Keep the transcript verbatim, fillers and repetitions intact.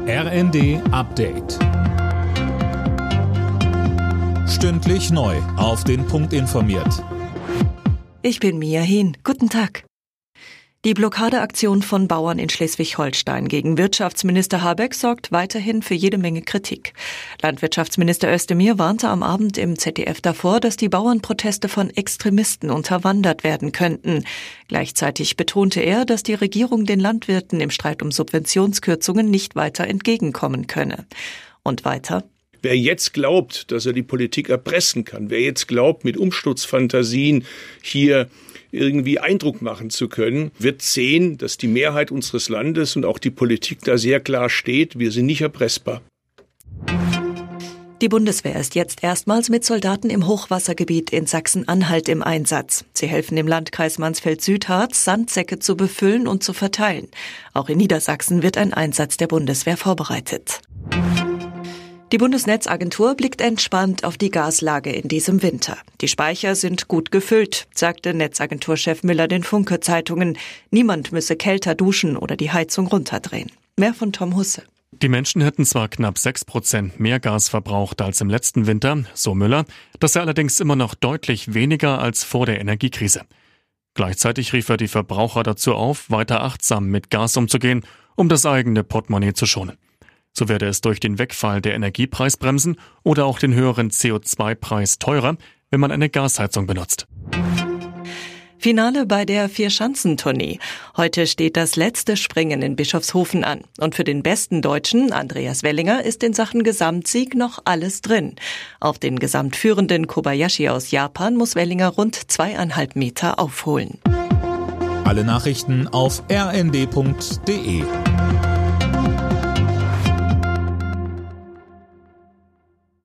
R N D Update. Stündlich neu auf den Punkt informiert. Ich bin Mia Hehn. Guten Tag. Die Blockadeaktion von Bauern in Schleswig-Holstein gegen Wirtschaftsminister Habeck sorgt weiterhin für jede Menge Kritik. Landwirtschaftsminister Özdemir warnte am Abend im Z D F davor, dass die Bauernproteste von Extremisten unterwandert werden könnten. Gleichzeitig betonte er, dass die Regierung den Landwirten im Streit um Subventionskürzungen nicht weiter entgegenkommen könne. Und weiter: Wer jetzt glaubt, dass er die Politik erpressen kann, wer jetzt glaubt, mit Umsturzfantasien hier irgendwie Eindruck machen zu können, wird sehen, dass die Mehrheit unseres Landes und auch die Politik da sehr klar steht. Wir sind nicht erpressbar. Die Bundeswehr ist jetzt erstmals mit Soldaten im Hochwassergebiet in Sachsen-Anhalt im Einsatz. Sie helfen im Landkreis Mansfeld-Südharz, Sandsäcke zu befüllen und zu verteilen. Auch in Niedersachsen wird ein Einsatz der Bundeswehr vorbereitet. Die Bundesnetzagentur blickt entspannt auf die Gaslage in diesem Winter. Die Speicher sind gut gefüllt, sagte Netzagenturchef Müller den Funke-Zeitungen. Niemand müsse kälter duschen oder die Heizung runterdrehen. Mehr von Tom Husse. Die Menschen hätten zwar knapp sechs Prozent mehr Gas verbraucht als im letzten Winter, so Müller, das sei allerdings immer noch deutlich weniger als vor der Energiekrise. Gleichzeitig rief er die Verbraucher dazu auf, weiter achtsam mit Gas umzugehen, um das eigene Portemonnaie zu schonen. So werde es durch den Wegfall der Energiepreisbremsen oder auch den höheren C O zwei Preis teurer, wenn man eine Gasheizung benutzt. Finale bei der Vierschanzentournee. Heute steht das letzte Springen in Bischofshofen an. Und für den besten Deutschen, Andreas Wellinger, ist in Sachen Gesamtsieg noch alles drin. Auf den gesamtführenden Kobayashi aus Japan muss Wellinger rund zweieinhalb Meter aufholen. Alle Nachrichten auf r n d punkt d e.